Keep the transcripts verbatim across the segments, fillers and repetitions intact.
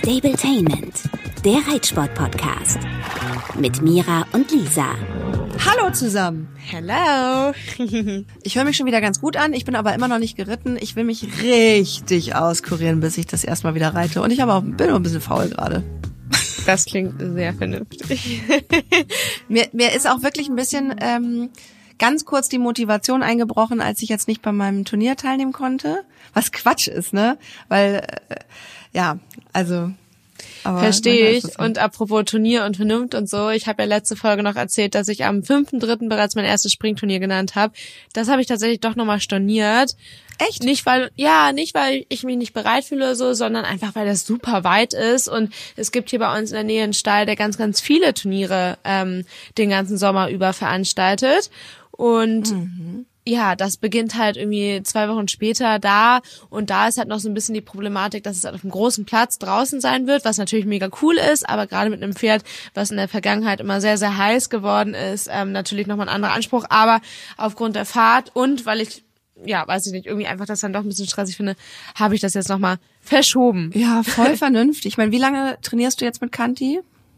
Stabletainment, der Reitsport-Podcast mit Mira und Lisa. Hallo zusammen. Hello. Ich höre mich schon wieder ganz gut an, ich bin aber immer noch nicht geritten. Ich will mich richtig auskurieren, bis ich das erstmal wieder reite. Und ich aber auch, bin noch ein bisschen faul gerade. Das klingt sehr vernünftig. mir, mir ist auch wirklich ein bisschen ähm, ganz kurz die Motivation eingebrochen, als ich jetzt nicht bei meinem Turnier teilnehmen konnte. Was Quatsch ist, ne? Weil, äh, ja, also... Verstehe ich. Und apropos Turnier und Vernunft und so, ich habe ja letzte Folge noch erzählt, dass ich am fünften dritten bereits mein erstes Springturnier genannt habe. Das habe ich tatsächlich doch nochmal storniert. Echt? Nicht, weil, ja, nicht, weil ich mich nicht bereit fühle oder so, sondern einfach, weil das super weit ist. Und es gibt hier bei uns in der Nähe einen Stall, der ganz, ganz viele Turniere ähm, den ganzen Sommer über veranstaltet. Und mhm. ja, das beginnt halt irgendwie zwei Wochen später da, und da ist halt noch so ein bisschen die Problematik, dass es halt auf einem großen Platz draußen sein wird, was natürlich mega cool ist, aber gerade mit einem Pferd, was in der Vergangenheit immer sehr, sehr heiß geworden ist, ähm, natürlich nochmal ein anderer Anspruch, aber aufgrund der Fahrt und weil ich, ja, weiß ich nicht, irgendwie einfach das dann doch ein bisschen stressig finde, habe ich das jetzt nochmal verschoben. Ja, voll vernünftig. Ich meine, wie lange trainierst du jetzt mit Kanti?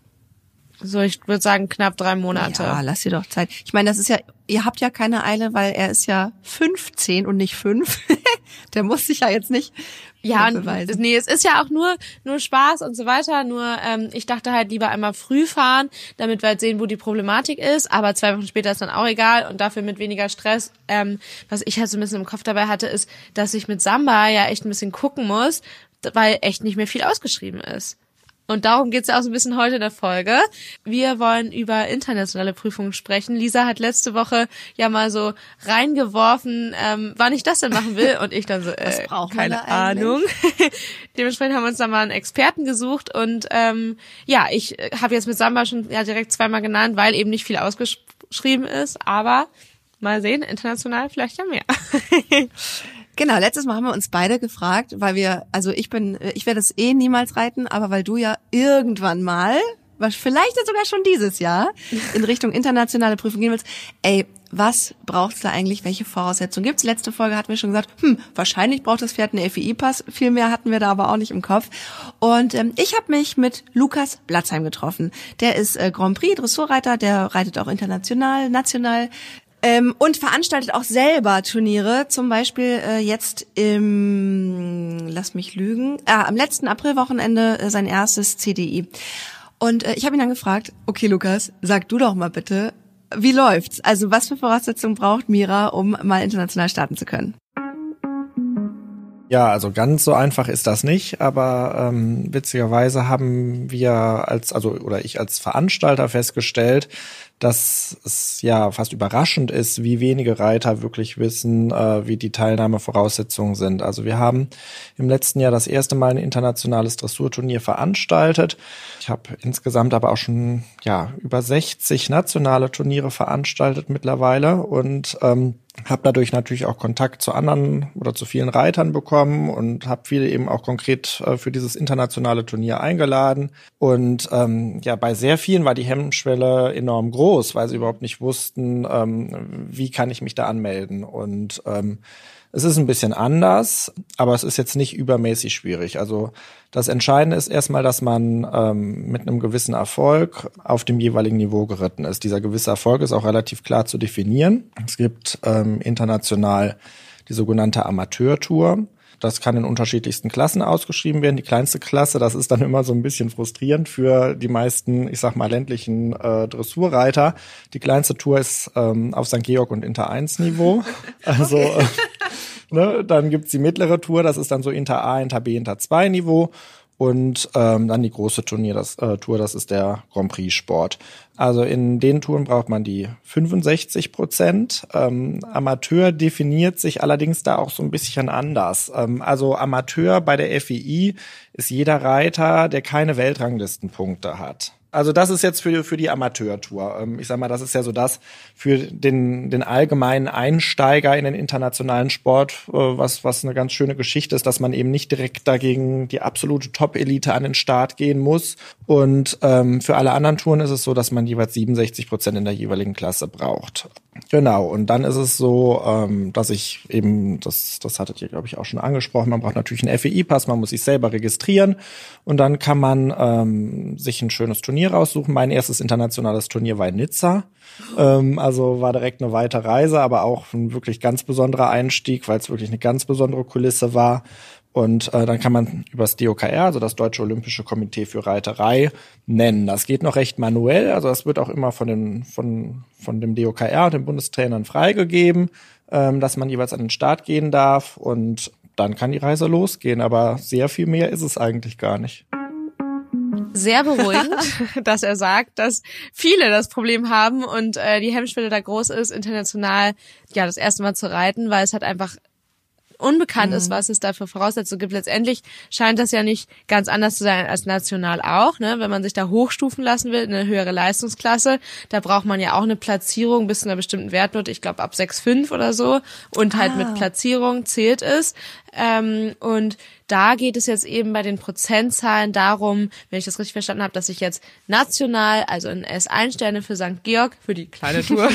So, ich würde sagen knapp drei Monate. Ja, lass dir doch Zeit. Ich meine, das ist ja, ihr habt ja keine Eile, weil er ist ja fünfzehn und nicht fünf. Der muss sich ja jetzt nicht ja, beweisen. Nee, es ist ja auch nur nur Spaß und so weiter. Nur ähm, ich dachte halt lieber einmal früh fahren, damit wir halt sehen, wo die Problematik ist. Aber zwei Wochen später ist dann auch egal und dafür mit weniger Stress. Ähm, was ich halt so ein bisschen im Kopf dabei hatte, ist, dass ich mit Samba ja echt ein bisschen gucken muss, weil echt nicht mehr viel ausgeschrieben ist. Und darum geht's ja auch so ein bisschen heute in der Folge. Wir wollen über internationale Prüfungen sprechen. Lisa hat letzte Woche ja mal so reingeworfen, ähm, wann ich das denn machen will. Und ich dann so, äh, keine Ahnung. Dementsprechend haben wir uns da mal einen Experten gesucht. Und ähm, ja, ich habe jetzt mit Samba schon ja direkt zweimal genannt, weil eben nicht viel ausgeschrieben ist. Aber mal sehen, international vielleicht ja mehr. Genau, letztes Mal haben wir uns beide gefragt, weil wir, also ich bin, ich werde es eh niemals reiten, aber weil du ja irgendwann mal, vielleicht sogar schon dieses Jahr, in Richtung internationale Prüfung gehen willst, ey, was braucht's da eigentlich, welche Voraussetzungen gibt's? Letzte Folge hatten wir schon gesagt, hm, wahrscheinlich braucht das Pferd einen F I I-Pass, viel mehr hatten wir da aber auch nicht im Kopf. Und ähm, ich habe mich mit Lukas Blatzheim getroffen. Der ist äh, Grand Prix Dressurreiter, der reitet auch international, national, Ähm, und veranstaltet auch selber Turniere, zum Beispiel äh, jetzt im, lass mich lügen, äh, am letzten Aprilwochenende äh, sein erstes C D I. Und äh, ich habe ihn dann gefragt, okay Lukas, sag du doch mal bitte, wie läuft's? Also was für Voraussetzungen braucht Mira, um mal international starten zu können? Ja, also ganz so einfach ist das nicht, aber ähm, witzigerweise haben wir als, also oder ich als Veranstalter festgestellt, dass es ja fast überraschend ist, wie wenige Reiter wirklich wissen, äh, wie die Teilnahmevoraussetzungen sind. Also wir haben im letzten Jahr das erste Mal ein internationales Dressurturnier veranstaltet. Ich habe insgesamt aber auch schon ja über sechzig nationale Turniere veranstaltet mittlerweile und ähm, habe dadurch natürlich auch Kontakt zu anderen oder zu vielen Reitern bekommen und habe viele eben auch konkret äh, für dieses internationale Turnier eingeladen. Und ähm, ja, bei sehr vielen war die Hemmschwelle enorm groß, weil sie überhaupt nicht wussten, ähm, wie kann ich mich da anmelden. Und ähm, es ist ein bisschen anders, aber es ist jetzt nicht übermäßig schwierig. Also das Entscheidende ist erstmal, dass man ähm, mit einem gewissen Erfolg auf dem jeweiligen Niveau geritten ist. Dieser gewisse Erfolg ist auch relativ klar zu definieren. Es gibt ähm, international die sogenannte Amateurtour. Das kann in unterschiedlichsten Klassen ausgeschrieben werden. Die kleinste Klasse, das ist dann immer so ein bisschen frustrierend für die meisten, ich sag mal, ländlichen äh, Dressurreiter. Die kleinste Tour ist ähm, auf Sankt Georg und Inter eins Niveau. Also okay. äh, ne, dann gibt's die mittlere Tour, das ist dann so Inter A, Inter B, Inter zwei Niveau. Und ähm, dann die große Turnier, das, äh, Tour, das ist der Grand Prix Sport. Also in den Touren braucht man die fünfundsechzig Prozent. Ähm, Amateur definiert sich allerdings da auch so ein bisschen anders. Ähm, also Amateur bei der F I I ist jeder Reiter, der keine Weltranglistenpunkte hat. Also das ist jetzt für für die Amateurtour. Ich sag mal, das ist ja so das für den den allgemeinen Einsteiger in den internationalen Sport, was was eine ganz schöne Geschichte ist, dass man eben nicht direkt dagegen die absolute Top-Elite an den Start gehen muss. Und ähm, für alle anderen Touren ist es so, dass man jeweils siebenundsechzig Prozent in der jeweiligen Klasse braucht. Genau, und dann ist es so, ähm, dass ich eben, das das hattet ihr, glaube ich, auch schon angesprochen, man braucht natürlich einen F E I-Pass, man muss sich selber registrieren und dann kann man ähm, sich ein schönes Turnier raussuchen. Mein erstes internationales Turnier war in Nizza, ähm, also war direkt eine weite Reise, aber auch ein wirklich ganz besonderer Einstieg, weil es wirklich eine ganz besondere Kulisse war. Und äh, dann kann man übers D O K R, also das Deutsche Olympische Komitee für Reiterei, nennen. Das geht noch recht manuell, also das wird auch immer von den von von dem D O K R und den Bundestrainern freigegeben, ähm, dass man jeweils an den Start gehen darf und dann kann die Reise losgehen. Aber sehr viel mehr ist es eigentlich gar nicht. Sehr beruhigend, dass er sagt, dass viele das Problem haben und äh, die Hemmschwelle da groß ist, international ja das erste Mal zu reiten, weil es halt einfach unbekannt mhm. ist, was es da für Voraussetzungen gibt. Letztendlich scheint das ja nicht ganz anders zu sein als national auch, ne? Wenn man sich da hochstufen lassen will in eine höhere Leistungsklasse, da braucht man ja auch eine Platzierung bis zu einer bestimmten Wertnote, ich glaube ab sechs Komma fünf oder so und ah. halt mit Platzierung zählt es. Ähm, und da geht es jetzt eben bei den Prozentzahlen darum, wenn ich das richtig verstanden habe, dass ich jetzt national, also in S eins Sterne für Sankt Georg, für die kleine Tour,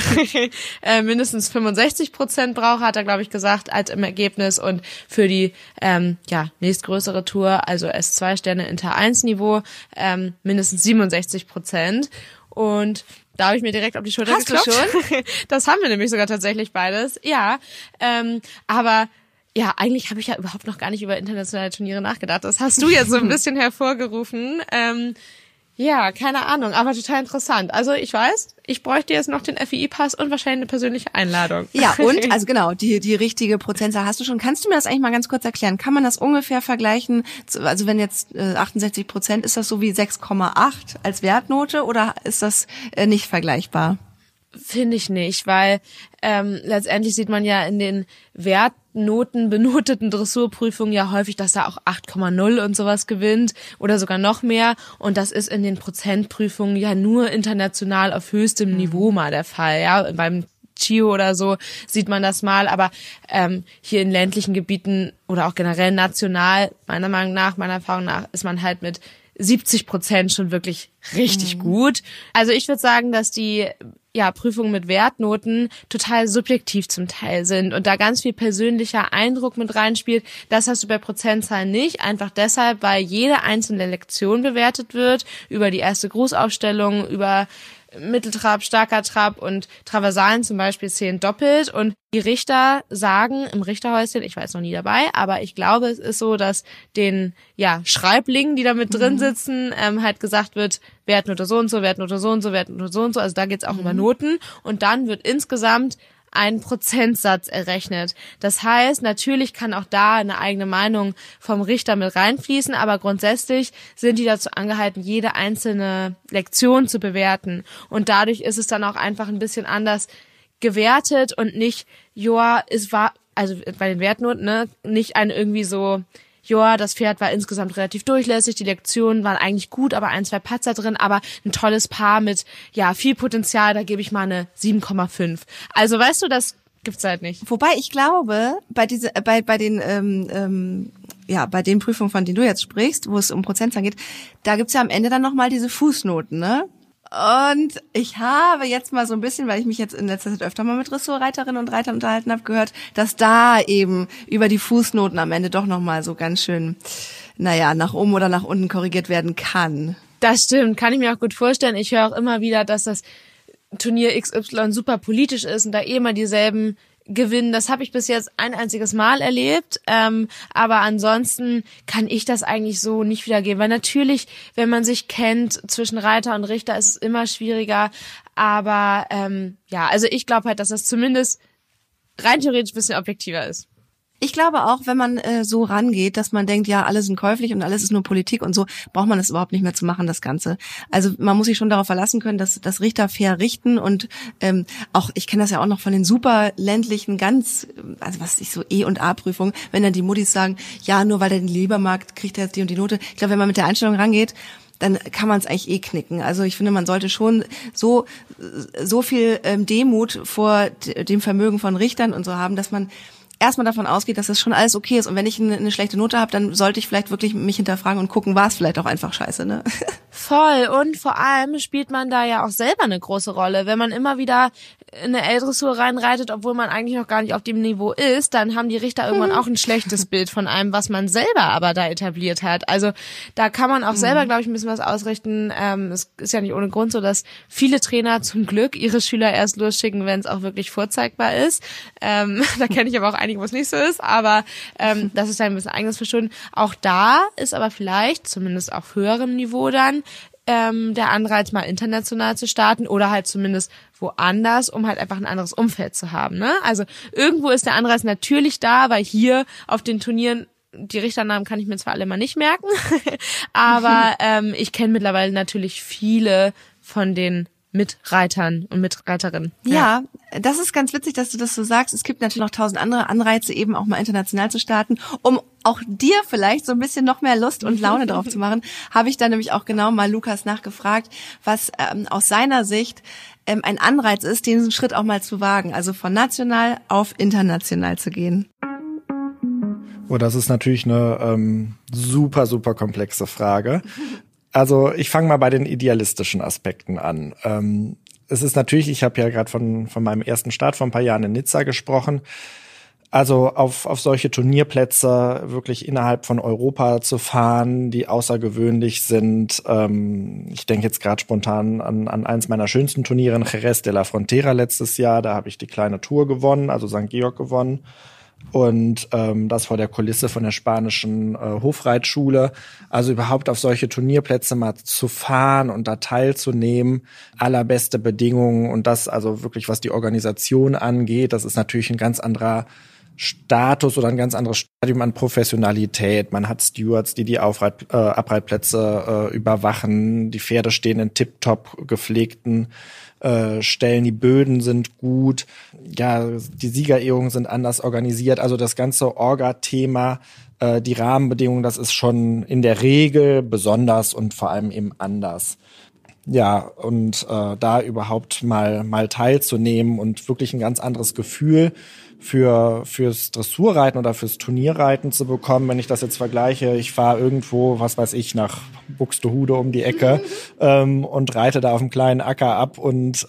äh, mindestens fünfundsechzig Prozent brauche, hat er, glaube ich, gesagt, als im Ergebnis. Und für die ähm, ja nächstgrößere Tour, also S zwei Sterne Inter eins Niveau, ähm, mindestens siebenundsechzig Prozent. Und da habe ich mir direkt auf die Schulter Hast geklopft. du schon? Das haben wir nämlich sogar tatsächlich beides. Ja, ähm, aber ja, eigentlich habe ich ja überhaupt noch gar nicht über internationale Turniere nachgedacht. Das hast du jetzt so ein bisschen hervorgerufen. Ähm, ja, keine Ahnung, aber total interessant. Also ich weiß, ich bräuchte jetzt noch den F E I-Pass und wahrscheinlich eine persönliche Einladung. Ja, und, also genau, die die richtige Prozentzahl hast du schon. Kannst du mir das eigentlich mal ganz kurz erklären? Kann man das ungefähr vergleichen? Also wenn jetzt äh, achtundsechzig Prozent, ist das so wie sechs Komma acht als Wertnote oder ist das äh, nicht vergleichbar? Finde ich nicht, weil ähm, letztendlich sieht man ja in den Wertnoten benoteten Dressurprüfungen ja häufig, dass da auch acht Komma null und sowas gewinnt oder sogar noch mehr. Und das ist in den Prozentprüfungen ja nur international auf höchstem mhm. Niveau mal der Fall. Ja, beim Chio oder so sieht man das mal, aber ähm, hier in ländlichen Gebieten oder auch generell national, meiner Meinung nach, meiner Erfahrung nach, ist man halt mit siebzig Prozent schon wirklich richtig mhm. gut. Also ich würde sagen, dass die ja Prüfungen mit Wertnoten total subjektiv zum Teil sind und da ganz viel persönlicher Eindruck mit reinspielt. Das hast du bei Prozentzahlen nicht, einfach deshalb, weil jede einzelne Lektion bewertet wird, über die erste Grußaufstellung, über Mitteltrab, starker Trab und Traversalen zum Beispiel zählen doppelt und die Richter sagen im Richterhäuschen, ich war jetzt noch nie dabei, aber ich glaube, es ist so, dass den ja Schreiblingen, die da mit drin sitzen, ähm, halt gesagt wird, Wertnote so und so, Wertnote so und so, Wertnote so und so, also da geht's auch mhm. über Noten und dann wird insgesamt ein Prozentsatz errechnet. Das heißt, natürlich kann auch da eine eigene Meinung vom Richter mit reinfließen, aber grundsätzlich sind die dazu angehalten, jede einzelne Lektion zu bewerten. Und dadurch ist es dann auch einfach ein bisschen anders gewertet und nicht, joa, es war, also bei den Wertnoten, ne, nicht ein irgendwie so, ja, das Pferd war insgesamt relativ durchlässig, die Lektionen waren eigentlich gut, aber ein, zwei Patzer drin, aber ein tolles Paar mit, ja, viel Potenzial, da gebe ich mal eine sieben Komma fünf. Also weißt du, das gibt's halt nicht. Wobei ich glaube, bei diese, bei bei den ähm, ähm, ja bei den Prüfungen, von denen du jetzt sprichst, wo es um Prozentzahlen geht, da gibt's ja am Ende dann nochmal diese Fußnoten, ne? Und ich habe jetzt mal so ein bisschen, weil ich mich jetzt in letzter Zeit öfter mal mit Dressurreiterinnen und Reitern unterhalten habe, gehört, dass da eben über die Fußnoten am Ende doch nochmal so ganz schön, naja, nach oben oder nach unten korrigiert werden kann. Das stimmt, kann ich mir auch gut vorstellen. Ich höre auch immer wieder, dass das Turnier X Y super politisch ist und da eh immer dieselben gewinnen. Das habe ich bis jetzt ein einziges Mal erlebt, ähm, aber ansonsten kann ich das eigentlich so nicht wiedergeben, weil natürlich, wenn man sich kennt zwischen Reiter und Richter, ist es immer schwieriger, aber ähm, ja, also ich glaube halt, dass das zumindest rein theoretisch ein bisschen objektiver ist. Ich glaube auch, wenn man äh, so rangeht, dass man denkt, ja, alle sind käuflich und alles ist nur Politik und so, braucht man das überhaupt nicht mehr zu machen, das Ganze. Also man muss sich schon darauf verlassen können, dass dass Richter fair richten und ähm, auch, ich kenne das ja auch noch von den super ländlichen, ganz, also was ich so E- und A-Prüfungen, wenn dann die Muttis sagen, ja, nur weil der den Liebermarkt kriegt, er jetzt die und die Note. Ich glaube, wenn man mit der Einstellung rangeht, dann kann man es eigentlich eh knicken. Also ich finde, man sollte schon so so viel ähm, Demut vor d- dem Vermögen von Richtern und so haben, dass man erstmal davon ausgeht, dass das schon alles okay ist. Und wenn ich eine, eine schlechte Note habe, dann sollte ich vielleicht wirklich mich hinterfragen und gucken, war es vielleicht auch einfach scheiße, ne? Voll. Und vor allem spielt man da ja auch selber eine große Rolle. Wenn man immer wieder in eine L-Dressur reinreitet, obwohl man eigentlich noch gar nicht auf dem Niveau ist, dann haben die Richter irgendwann auch ein schlechtes Bild von einem, was man selber aber da etabliert hat. Also da kann man auch selber, glaube ich, ein bisschen was ausrichten. Ähm, es ist ja nicht ohne Grund so, dass viele Trainer zum Glück ihre Schüler erst losschicken, wenn es auch wirklich vorzeigbar ist. Ähm, da kenne ich aber auch einige, wo es nicht so ist. Aber ähm, das ist ja ein bisschen eigenes Verschulden. Auch da ist aber vielleicht, zumindest auf höherem Niveau dann, ähm, der Anreiz, mal international zu starten oder halt zumindest woanders, um halt einfach ein anderes Umfeld zu haben. Ne? Also irgendwo ist der Anreiz natürlich da, weil hier auf den Turnieren, die Richternamen kann ich mir zwar alle mal nicht merken, aber ähm, ich kenne mittlerweile natürlich viele von den Mitreitern und Mitreiterinnen. Ja, ja, das ist ganz witzig, dass du das so sagst. Es gibt natürlich noch tausend andere Anreize, eben auch mal international zu starten, um auch dir vielleicht so ein bisschen noch mehr Lust und Laune drauf zu machen. Habe ich dann nämlich auch genau mal Lukas nachgefragt, was ähm, aus seiner Sicht ähm, ein Anreiz ist, diesen Schritt auch mal zu wagen, also von national auf international zu gehen. Oh, das ist natürlich eine ähm, super, super komplexe Frage. Also ich fange mal bei den idealistischen Aspekten an. Ähm, es ist natürlich, ich habe ja gerade von von meinem ersten Start vor ein paar Jahren in Nizza gesprochen. Also auf auf solche Turnierplätze wirklich innerhalb von Europa zu fahren, die außergewöhnlich sind. Ähm, ich denke jetzt gerade spontan an an eins meiner schönsten Turniere in Jerez de la Frontera letztes Jahr. Da habe ich die kleine Tour gewonnen, also Sankt Georg gewonnen. Und ähm, das vor der Kulisse von der spanischen äh, Hofreitschule. Also überhaupt auf solche Turnierplätze mal zu fahren und da teilzunehmen, allerbeste Bedingungen. Und das also wirklich, was die Organisation angeht, das ist natürlich ein ganz anderer Status oder ein ganz anderes Stadium an Professionalität. Man hat Stewards, die die Aufreit, äh, Abreitplätze äh, überwachen. Die Pferde stehen in tiptop gepflegten äh, Stellen. Die Böden sind gut. Ja, die Siegerehrungen sind anders organisiert. Also das ganze Orga-Thema, äh, die Rahmenbedingungen, das ist schon in der Regel besonders und vor allem eben anders. Ja, und äh, da überhaupt mal mal teilzunehmen und wirklich ein ganz anderes Gefühl für fürs Dressurreiten oder fürs Turnierreiten zu bekommen. Wenn ich das jetzt vergleiche, ich fahre irgendwo, was weiß ich, nach Buxtehude um die Ecke ähm, und reite da auf einem kleinen Acker ab und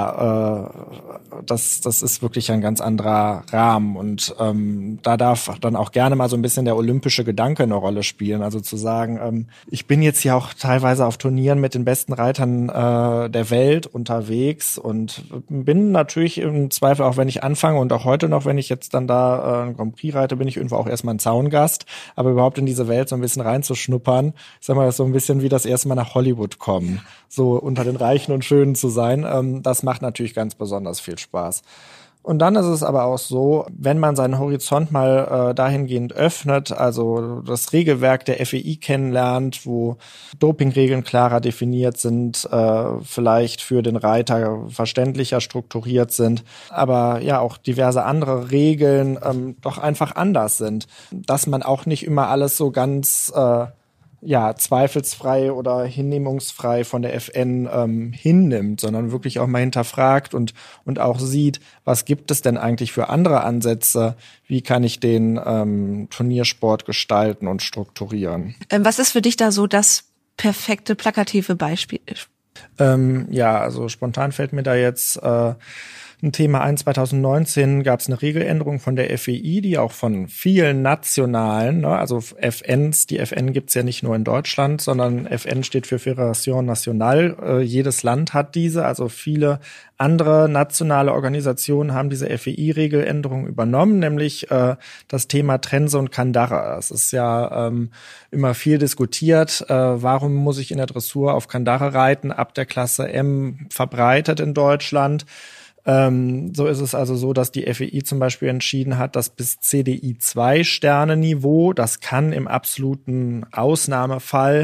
ja, äh, das das ist wirklich ein ganz anderer Rahmen und ähm, da darf dann auch gerne mal so ein bisschen der olympische Gedanke eine Rolle spielen. Also zu sagen, ähm, ich bin jetzt ja auch teilweise auf Turnieren mit den besten Reitern äh, der Welt unterwegs und bin natürlich im Zweifel, auch wenn ich anfange und auch heute noch, wenn ich jetzt dann da äh, einen Grand Prix reite, bin ich irgendwo auch erstmal ein Zaungast, aber überhaupt in diese Welt so ein bisschen reinzuschnuppern, ich sag mal, das ist so ein bisschen wie das erste Mal nach Hollywood kommen, so unter den Reichen und Schönen zu sein, ähm, das macht natürlich ganz besonders viel Spaß. Und dann ist es aber auch so, wenn man seinen Horizont mal äh, dahingehend öffnet, also das Regelwerk der F E I kennenlernt, wo Dopingregeln klarer definiert sind, äh, vielleicht für den Reiter verständlicher strukturiert sind, aber ja auch diverse andere Regeln ähm, doch einfach anders sind, dass man auch nicht immer alles so ganz äh, ja, zweifelsfrei oder hinnehmungsfrei von der F N ähm, hinnimmt, sondern wirklich auch mal hinterfragt und und auch sieht, was gibt es denn eigentlich für andere Ansätze, wie kann ich den ähm, Turniersport gestalten und strukturieren. Ähm, was ist für dich da so das perfekte, plakative Beispiel? Ähm, ja, also spontan fällt mir da jetzt äh, ein Thema ein. zwanzig neunzehn gab es eine Regeländerung von der F E I, die auch von vielen nationalen, ne, also F Ns, die F N gibt's ja nicht nur in Deutschland, sondern F N steht für Fédération Nationale. Äh, jedes Land hat diese, also viele andere nationale Organisationen haben diese F E I-Regeländerung übernommen, nämlich äh, das Thema Trense und Kandare. Es ist ja ähm, immer viel diskutiert, äh, warum muss ich in der Dressur auf Kandare reiten, ab der Klasse M verbreitet in Deutschland. Ähm, so ist es also so, dass die F E I zum Beispiel entschieden hat, dass bis C D I zwei Sterne Niveau, das kann im absoluten Ausnahmefall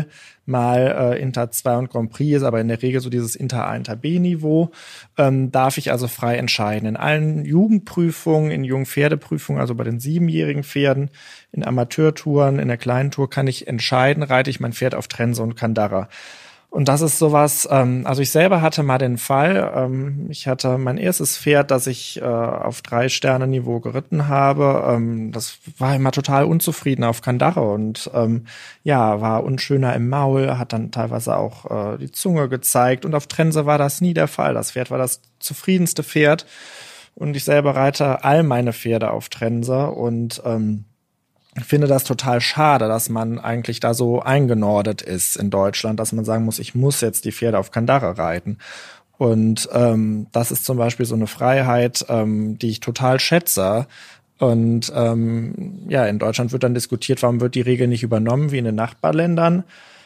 mal äh, Inter zwei und Grand Prix ist, aber in der Regel so dieses Inter A, Inter B Niveau, ähm, darf ich also frei entscheiden. In allen Jugendprüfungen, in Jungpferdeprüfungen, also bei den siebenjährigen Pferden, in Amateurtouren, in der kleinen Tour kann ich entscheiden, reite ich mein Pferd auf Trense und Kandare. Und das ist sowas, ähm, also ich selber hatte mal den Fall, ähm, ich hatte mein erstes Pferd, das ich äh, auf Drei-Sterne-Niveau geritten habe, ähm, das war immer total unzufrieden auf Kandare und ähm, ja, war unschöner im Maul, hat dann teilweise auch äh, die Zunge gezeigt und auf Trense war das nie der Fall. Das Pferd war das zufriedenste Pferd und ich selber reite all meine Pferde auf Trense und ähm, ich finde das total schade, dass man eigentlich da so eingenordet ist in Deutschland, dass man sagen muss, ich muss jetzt die Pferde auf Kandare reiten. Und ähm, das ist zum Beispiel so eine Freiheit, ähm, die ich total schätze. Und ähm, ja, in Deutschland wird dann diskutiert, warum wird die Regel nicht übernommen wie in den Nachbarländern.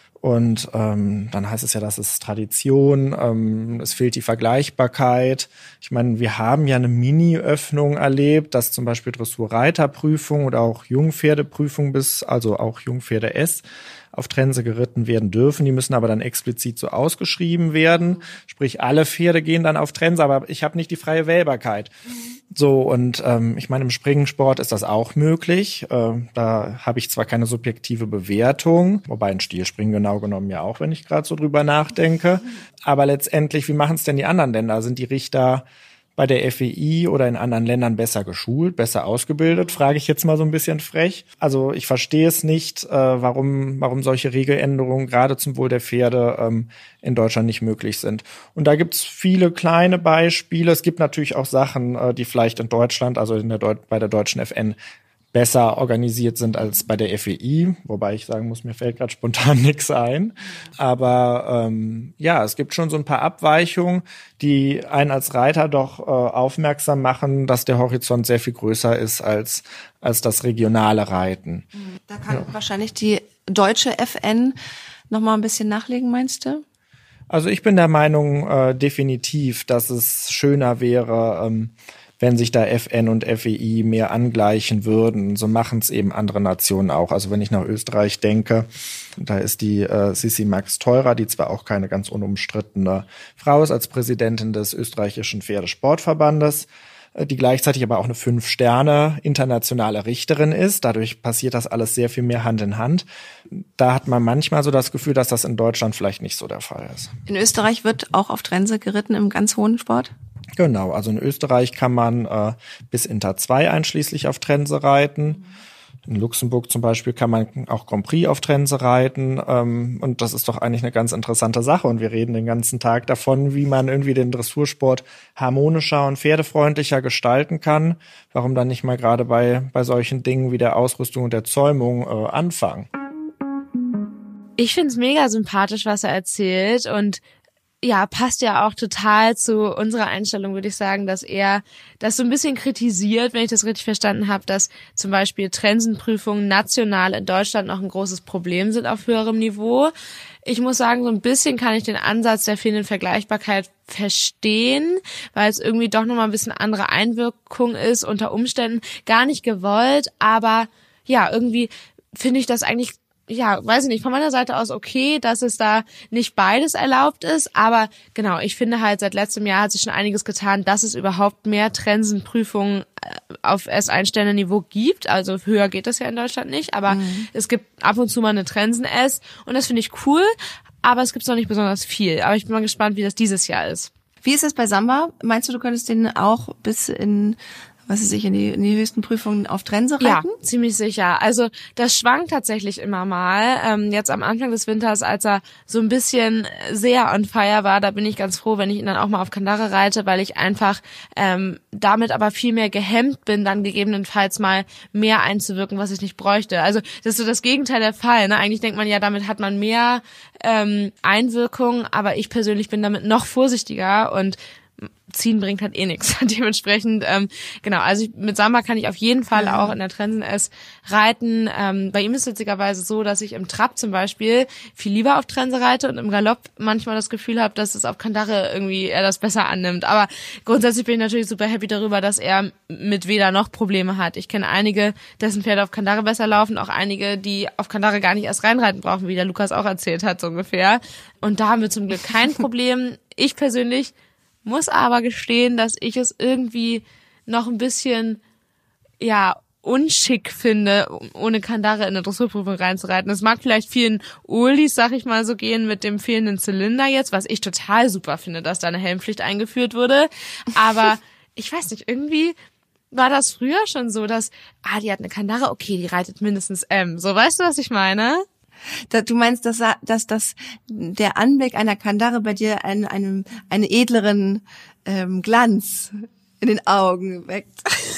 Und ähm, dann heißt es ja, das ist Tradition, ähm, es fehlt die Vergleichbarkeit. Ich meine, wir haben ja eine Mini-Öffnung erlebt, dass zum Beispiel Dressurreiterprüfung oder auch Jungpferdeprüfung bis, also auch Jungpferde S, auf Trense geritten werden dürfen. Die müssen aber dann explizit so ausgeschrieben werden. Sprich, alle Pferde gehen dann auf Trense, aber ich habe nicht die freie Wählbarkeit. So, und ähm, ich meine, im Springsport ist das auch möglich. Äh, da habe ich zwar keine subjektive Bewertung, wobei ein Stilspringen genau genommen ja auch, wenn ich gerade so drüber nachdenke. Aber letztendlich, wie machen es denn die anderen Länder? Sind die Richter bei der F E I oder in anderen Ländern besser geschult, besser ausgebildet, frage ich jetzt mal so ein bisschen frech. Also ich verstehe es nicht, äh, warum warum solche Regeländerungen gerade zum Wohl der Pferde ähm, in Deutschland nicht möglich sind. Und da gibt's viele kleine Beispiele. Es gibt natürlich auch Sachen, äh, die vielleicht in Deutschland, also in der Deut- bei der deutschen F N, besser organisiert sind als bei der F E I, wobei ich sagen muss, mir fällt gerade spontan nichts ein. Aber ähm, ja, es gibt schon so ein paar Abweichungen, die einen als Reiter doch äh, aufmerksam machen, dass der Horizont sehr viel größer ist als als das regionale Reiten. Da kann ja wahrscheinlich die deutsche F N noch mal ein bisschen nachlegen, meinst du? Also ich bin der Meinung äh, definitiv, dass es schöner wäre, ähm, wenn sich da F N und F E I mehr angleichen würden. So machen es eben andere Nationen auch. Also wenn ich nach Österreich denke, da ist die äh, Sissi Max-Theurer, die zwar auch keine ganz unumstrittene Frau ist, als Präsidentin des österreichischen Pferdesportverbandes, äh, die gleichzeitig aber auch eine Fünf-Sterne internationale Richterin ist. Dadurch passiert das alles sehr viel mehr Hand in Hand. Da hat man manchmal so das Gefühl, dass das in Deutschland vielleicht nicht so der Fall ist. In Österreich wird auch auf Trense geritten im ganz hohen Sport? Genau, also in Österreich kann man äh, bis Inter zwei einschließlich auf Trense reiten. In Luxemburg zum Beispiel kann man auch Grand Prix auf Trense reiten. Ähm, und das ist doch eigentlich eine ganz interessante Sache. Und wir reden den ganzen Tag davon, wie man irgendwie den Dressursport harmonischer und pferdefreundlicher gestalten kann. Warum dann nicht mal gerade bei bei solchen Dingen wie der Ausrüstung und der Zäumung äh, anfangen? Ich find's mega sympathisch, was er erzählt, und ja, passt ja auch total zu unserer Einstellung, würde ich sagen, dass er das so ein bisschen kritisiert, wenn ich das richtig verstanden habe, dass zum Beispiel Trensenprüfungen national in Deutschland noch ein großes Problem sind auf höherem Niveau. Ich muss sagen, so ein bisschen kann ich den Ansatz der fehlenden Vergleichbarkeit verstehen, weil es irgendwie doch nochmal ein bisschen andere Einwirkung ist, unter Umständen gar nicht gewollt, aber ja, irgendwie finde ich das eigentlich, ja, weiß ich nicht, von meiner Seite aus okay, dass es da nicht beides erlaubt ist, aber genau, ich finde halt, seit letztem Jahr hat sich schon einiges getan, dass es überhaupt mehr Trensenprüfungen auf S eins Sterne Niveau gibt, also höher geht das ja in Deutschland nicht, aber mhm. es gibt ab und zu mal eine Trensen S und das finde ich cool, aber es gibt noch nicht besonders viel, aber ich bin mal gespannt, wie das dieses Jahr ist. Wie ist es bei Samba? Meinst du, du könntest den auch bis in was weiß ich, in die, in die höchsten Prüfungen auf Trense reiten? Ja, ziemlich sicher. Also das schwankt tatsächlich immer mal. Ähm, jetzt am Anfang des Winters, als er so ein bisschen sehr on fire war, da bin ich ganz froh, wenn ich ihn dann auch mal auf Kandare reite, weil ich einfach ähm, damit aber viel mehr gehemmt bin, dann gegebenenfalls mal mehr einzuwirken, was ich nicht bräuchte. Also das ist so das Gegenteil der Fall. Ne? Eigentlich denkt man ja, damit hat man mehr ähm, Einwirkung, aber ich persönlich bin damit noch vorsichtiger und ziehen bringt halt eh nichts. Dementsprechend, ähm, genau, also ich, mit Samba kann ich auf jeden Fall auch in der Trensen S reiten. Ähm, bei ihm ist es witzigerweise so, dass ich im Trab zum Beispiel viel lieber auf Trense reite und im Galopp manchmal das Gefühl habe, dass es auf Kandare irgendwie er das besser annimmt. Aber grundsätzlich bin ich natürlich super happy darüber, dass er mit weder noch Probleme hat. Ich kenne einige, dessen Pferde auf Kandare besser laufen, auch einige, die auf Kandare gar nicht erst reinreiten brauchen, wie der Lukas auch erzählt hat, so ungefähr. Und da haben wir zum Glück kein Problem. Ich persönlich muss aber gestehen, dass ich es irgendwie noch ein bisschen, ja, unschick finde, ohne Kandare in eine Dressurprüfung reinzureiten. Es mag vielleicht vielen Oldis, sag ich mal so, gehen mit dem fehlenden Zylinder jetzt, was ich total super finde, dass da eine Helmpflicht eingeführt wurde. Aber ich weiß nicht, irgendwie war das früher schon so, dass, ah, die hat eine Kandare, okay, die reitet mindestens M. So, weißt du, was ich meine? Da, du meinst, dass, dass, dass der Anblick einer Kandare bei dir einen, einen, einen edleren ähm, Glanz in den Augen weckt?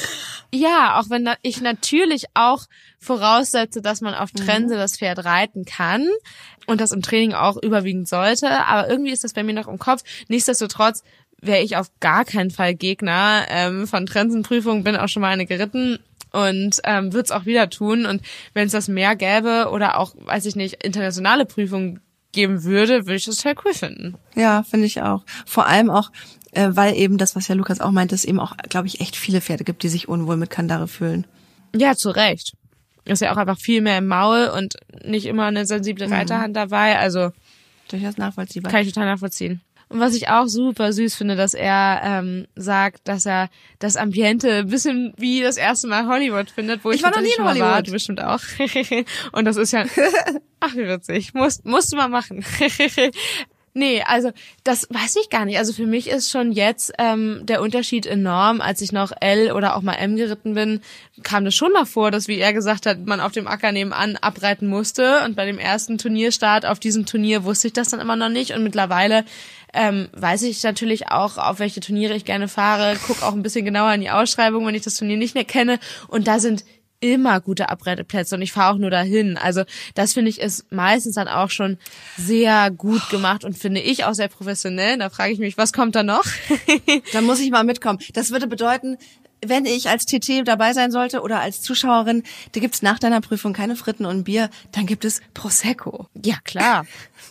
Ja, auch wenn ich natürlich auch voraussetze, dass man auf Trense das Pferd reiten kann und das im Training auch überwiegend sollte, aber irgendwie ist das bei mir noch im Kopf. Nichtsdestotrotz wäre ich auf gar keinen Fall Gegner ähm, von Trensenprüfungen, bin auch schon mal eine geritten und ähm, würde es auch wieder tun. Und wenn es das mehr gäbe oder auch, weiß ich nicht, internationale Prüfungen geben würde, würde ich das total cool finden. Ja, finde ich auch. Vor allem auch, äh, weil eben das, was ja Lukas auch meinte, es eben auch, glaube ich, echt viele Pferde gibt, die sich unwohl mit Kandare fühlen. Ja, zu Recht. Ist ja auch einfach viel mehr im Maul und nicht immer eine sensible Reiterhand mhm. dabei. Also durchaus nachvollziehbar. Kann ich total nachvollziehen. Und was ich auch super süß finde, dass er ähm, sagt, dass er das Ambiente ein bisschen wie das erste Mal Hollywood findet, wo ich, ich war noch nie in Hollywood. War, du bestimmt auch. Und das ist ja, ach wie witzig, musst, musst du mal machen. Nee, also das weiß ich gar nicht. Also für mich ist schon jetzt ähm, der Unterschied enorm. Als ich noch L oder auch mal M geritten bin, kam das schon mal vor, dass, wie er gesagt hat, man auf dem Acker nebenan abreiten musste. Und bei dem ersten Turnierstart auf diesem Turnier wusste ich das dann immer noch nicht. Und mittlerweile ähm, weiß ich natürlich auch, auf welche Turniere ich gerne fahre. Guck auch ein bisschen genauer in die Ausschreibung, wenn ich das Turnier nicht mehr kenne. Und da sind immer gute Abreiteplätze und ich fahre auch nur dahin. Also das finde ich ist meistens dann auch schon sehr gut gemacht und finde ich auch sehr professionell. Da frage ich mich, was kommt da noch? Da muss ich mal mitkommen. Das würde bedeuten, wenn ich als T T dabei sein sollte oder als Zuschauerin, da gibt's nach deiner Prüfung keine Fritten und Bier, dann gibt es Prosecco. Ja, klar.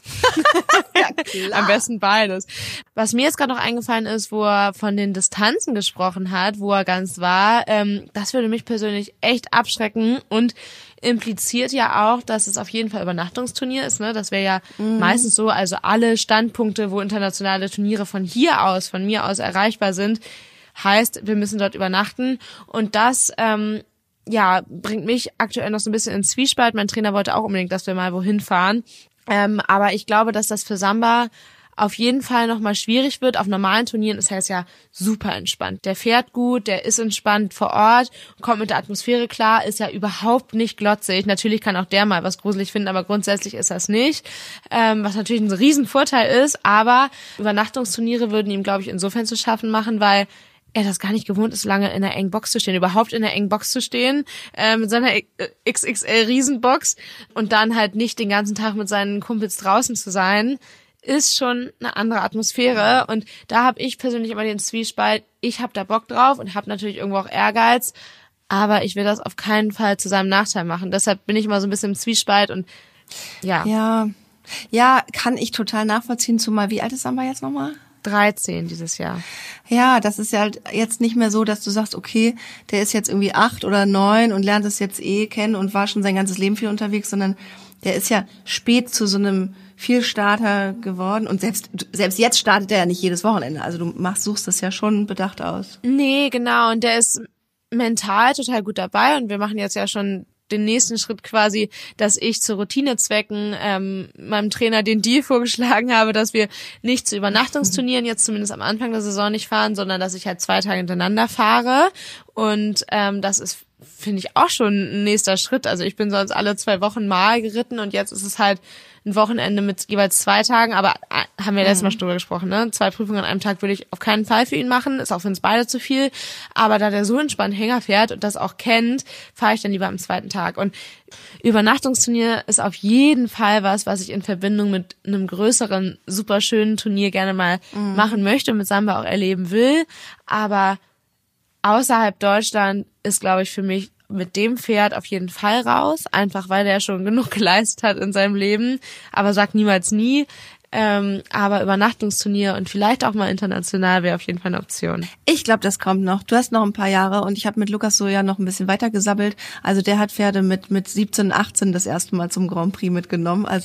Ja, klar. Am besten beides. Was mir jetzt gerade noch eingefallen ist, wo er von den Distanzen gesprochen hat, wo er ganz war, ähm, das würde mich persönlich echt abschrecken und impliziert ja auch, dass es auf jeden Fall Übernachtungsturnier ist, ne? Das wäre ja mhm. meistens so, also alle Standpunkte, wo internationale Turniere von hier aus, von mir aus erreichbar sind, heißt, wir müssen dort übernachten und das ähm, ja bringt mich aktuell noch so ein bisschen in Zwiespalt. Mein Trainer wollte auch unbedingt, dass wir mal wohin fahren, ähm, aber ich glaube, dass das für Samba auf jeden Fall nochmal schwierig wird. Auf normalen Turnieren ist er jetzt ja super entspannt. Der fährt gut, der ist entspannt vor Ort, kommt mit der Atmosphäre klar, ist ja überhaupt nicht glotzig. Natürlich kann auch der mal was gruselig finden, aber grundsätzlich ist das nicht. Ähm, was natürlich ein Riesenvorteil ist, aber Übernachtungsturniere würden ihm, glaube ich, insofern zu schaffen machen, weil er das gar nicht gewohnt ist, lange in einer engen Box zu stehen, überhaupt in einer engen Box zu stehen, äh, mit seiner X X L-Riesenbox und dann halt nicht den ganzen Tag mit seinen Kumpels draußen zu sein, ist schon eine andere Atmosphäre. Und da habe ich persönlich immer den Zwiespalt, ich habe da Bock drauf und habe natürlich irgendwo auch Ehrgeiz, aber ich will das auf keinen Fall zu seinem Nachteil machen. Deshalb bin ich immer so ein bisschen im Zwiespalt und ja. Ja, ja, kann ich total nachvollziehen, zumal wie alt ist Samba jetzt nochmal? dreizehn dieses Jahr. Ja, das ist ja halt jetzt nicht mehr so, dass du sagst, okay, der ist jetzt irgendwie acht oder neun und lernt es jetzt eh kennen und war schon sein ganzes Leben viel unterwegs, sondern der ist ja spät zu so einem Vielstarter geworden und selbst selbst jetzt startet er ja nicht jedes Wochenende. Also du machst, suchst das ja schon bedacht aus. Nee, genau. Und der ist mental total gut dabei und wir machen jetzt ja schon den nächsten Schritt quasi, dass ich zu Routinezwecken ähm, meinem Trainer den Deal vorgeschlagen habe, dass wir nicht zu Übernachtungsturnieren jetzt zumindest am Anfang der Saison nicht fahren, sondern dass ich halt zwei Tage hintereinander fahre und ähm, das ist, finde ich, auch schon ein nächster Schritt. Also ich bin sonst alle zwei Wochen mal geritten und jetzt ist es halt ein Wochenende mit jeweils zwei Tagen, aber äh, haben wir letztes Mal schon drüber gesprochen, ne? Zwei Prüfungen an einem Tag würde ich auf keinen Fall für ihn machen, ist auch für uns beide zu viel, aber da der so entspannt Hänger fährt und das auch kennt, fahre ich dann lieber am zweiten Tag. Und Übernachtungsturnier ist auf jeden Fall was, was ich in Verbindung mit einem größeren, super schönen Turnier gerne mal mhm. machen möchte und mit Samba auch erleben will, aber außerhalb Deutschland ist, glaube ich, für mich mit dem Pferd auf jeden Fall raus, einfach weil er schon genug geleistet hat in seinem Leben, aber sagt niemals nie. Ähm, aber Übernachtungsturnier und vielleicht auch mal international wäre auf jeden Fall eine Option. Ich glaube, das kommt noch. Du hast noch ein paar Jahre und ich habe mit Lukas so ja noch ein bisschen weiter gesabbelt. Also der hat Pferde mit mit siebzehn, achtzehn das erste Mal zum Grand Prix mitgenommen. Also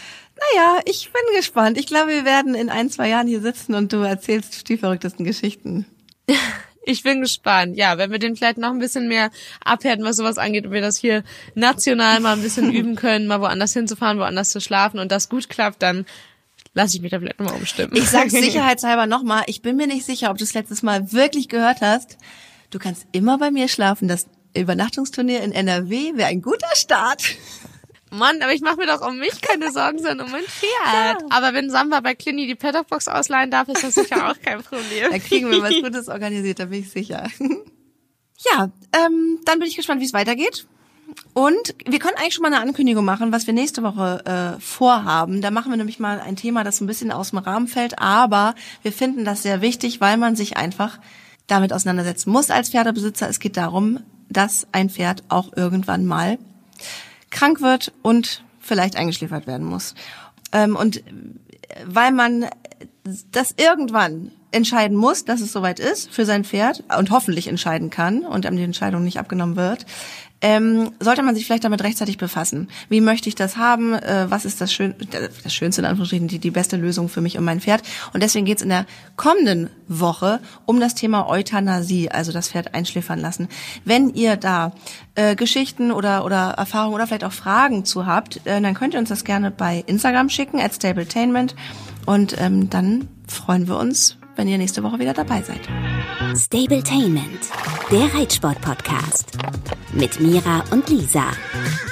naja, ich bin gespannt. Ich glaube, wir werden in ein, zwei Jahren hier sitzen und du erzählst die verrücktesten Geschichten. Ich bin gespannt. Ja, wenn wir den vielleicht noch ein bisschen mehr abhärten, was sowas angeht, und wir das hier national mal ein bisschen üben können, mal woanders hinzufahren, woanders zu schlafen und das gut klappt, dann lasse ich mich da vielleicht nochmal umstimmen. Ich sag's sicherheitshalber nochmal, ich bin mir nicht sicher, ob du es letztes Mal wirklich gehört hast. Du kannst immer bei mir schlafen. Das Übernachtungsturnier in N R W wäre ein guter Start. Mann, aber ich mache mir doch um mich keine Sorgen, sondern um mein Pferd. Ja. Aber wenn Samba bei Clini die Paddockbox ausleihen darf, ist das sicher auch kein Problem. Da kriegen wir was Gutes organisiert, da bin ich sicher. Ja, ähm, dann bin ich gespannt, wie es weitergeht. Und wir können eigentlich schon mal eine Ankündigung machen, was wir nächste Woche äh, vorhaben. Da machen wir nämlich mal ein Thema, das ein bisschen aus dem Rahmen fällt, aber wir finden das sehr wichtig, weil man sich einfach damit auseinandersetzen muss als Pferdebesitzer. Es geht darum, dass ein Pferd auch irgendwann mal krank wird und vielleicht eingeschläfert werden muss. Ähm, und weil man das irgendwann entscheiden muss, dass es soweit ist für sein Pferd und hoffentlich entscheiden kann und einem die Entscheidung nicht abgenommen wird, ähm, sollte man sich vielleicht damit rechtzeitig befassen. Wie möchte ich das haben? Äh, was ist das, Schön das Schönste, in Anführungsstrichen, die, die beste Lösung für mich und mein Pferd? Und deswegen geht's in der kommenden Woche um das Thema Euthanasie, also das Pferd einschläfern lassen. Wenn ihr da äh, Geschichten oder oder Erfahrungen oder vielleicht auch Fragen zu habt, äh, dann könnt ihr uns das gerne bei Instagram schicken, at stabletainment. Und ähm, dann freuen wir uns, wenn ihr nächste Woche wieder dabei seid. Stabletainment, der Reitsport-Podcast mit Mira und Lisa.